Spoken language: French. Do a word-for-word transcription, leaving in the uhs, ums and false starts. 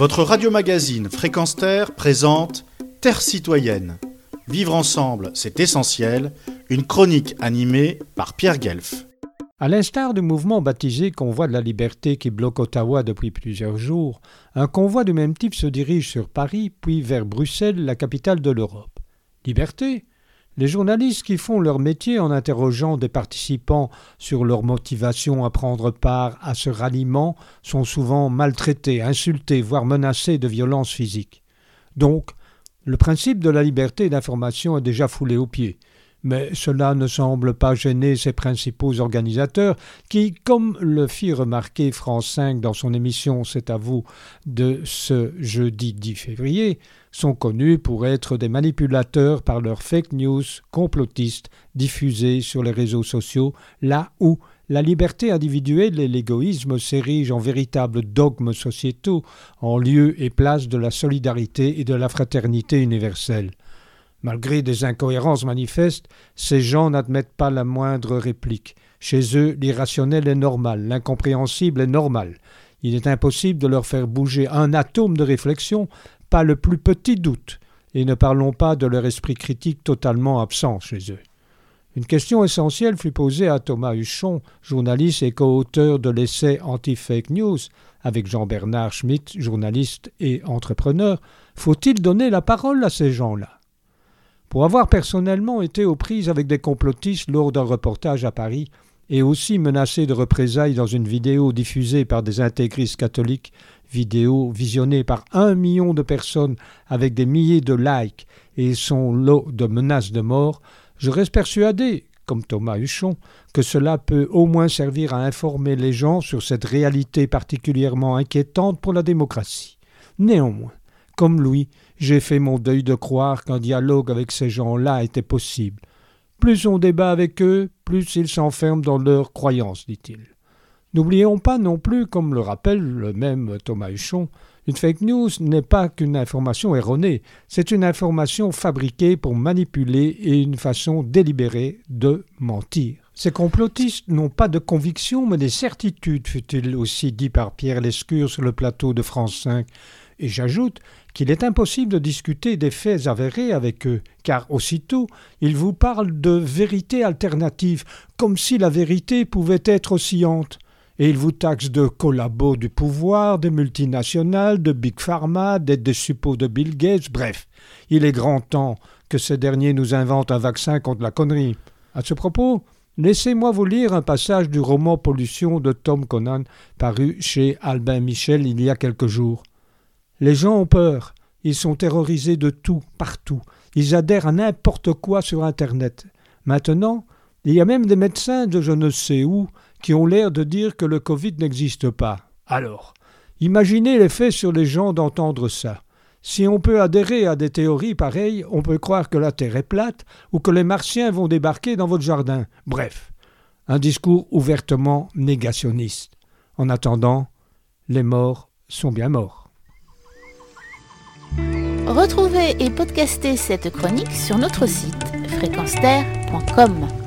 Votre radio-magazine Fréquence Terre présente Terre citoyenne. Vivre ensemble, c'est essentiel. Une chronique animée par Pierre Guelf. À l'instar du mouvement baptisé Convoi de la Liberté qui bloque Ottawa depuis plusieurs jours, un convoi du même type se dirige sur Paris, puis vers Bruxelles, la capitale de l'Europe. Liberté ? Les journalistes qui font leur métier en interrogeant des participants sur leur motivation à prendre part à ce ralliement sont souvent maltraités, insultés, voire menacés de violences physiques. Donc, le principe de la liberté d'information est déjà foulé aux pieds. Mais cela ne semble pas gêner ses principaux organisateurs qui, comme le fit remarquer France cinq dans son émission « C'est à vous » de ce jeudi dix février, sont connus pour être des manipulateurs par leurs fake news complotistes diffusées sur les réseaux sociaux, là où la liberté individuelle et l'égoïsme s'érigent en véritables dogmes sociétaux, en lieu et place de la solidarité et de la fraternité universelle. Malgré des incohérences manifestes, ces gens n'admettent pas la moindre réplique. Chez eux, l'irrationnel est normal, l'incompréhensible est normal. Il est impossible de leur faire bouger un atome de réflexion, pas le plus petit doute, et ne parlons pas de leur esprit critique totalement absent chez eux. Une question essentielle fut posée à Thomas Huchon, journaliste et co-auteur de l'essai Anti-Fake News, avec Jean-Bernard Schmitt, journaliste et entrepreneur. Faut-il donner la parole à ces gens-là ? Pour avoir personnellement été aux prises avec des complotistes lors d'un reportage à Paris et aussi menacé de représailles dans une vidéo diffusée par des intégristes catholiques, vidéo visionnée par un million de personnes avec des milliers de likes et son lot de menaces de mort, je reste persuadé, comme Thomas Huchon, que cela peut au moins servir à informer les gens sur cette réalité particulièrement inquiétante pour la démocratie. Néanmoins, comme lui, j'ai fait mon deuil de croire qu'un dialogue avec ces gens-là était possible. Plus on débat avec eux, plus ils s'enferment dans leurs croyances, dit-il. N'oublions pas non plus, comme le rappelle le même Thomas Huchon, une fake news n'est pas qu'une information erronée, c'est une information fabriquée pour manipuler et une façon délibérée de mentir. Ces complotistes n'ont pas de conviction mais des certitudes, fut-il aussi dit par Pierre Lescure sur le plateau de France cinq. Et j'ajoute qu'il est impossible de discuter des faits avérés avec eux, car aussitôt, ils vous parlent de vérité alternative, comme si la vérité pouvait être oscillante. Et ils vous taxent de collabos du pouvoir, des multinationales, de Big Pharma, d'être des suppôts de Bill Gates, bref. Il est grand temps que ces derniers nous inventent un vaccin contre la connerie. À ce propos, laissez-moi vous lire un passage du roman Pollution de Tom Conan, paru chez Albin Michel il y a quelques jours. Les gens ont peur, ils sont terrorisés de tout, partout. Ils adhèrent à n'importe quoi sur Internet. Maintenant, il y a même des médecins de je ne sais où qui ont l'air de dire que le Covid n'existe pas. Alors, imaginez l'effet sur les gens d'entendre ça. Si on peut adhérer à des théories pareilles, on peut croire que la Terre est plate ou que les Martiens vont débarquer dans votre jardin. Bref, un discours ouvertement négationniste. En attendant, les morts sont bien morts. Retrouvez et podcastez cette chronique sur notre site fréquence terre point com.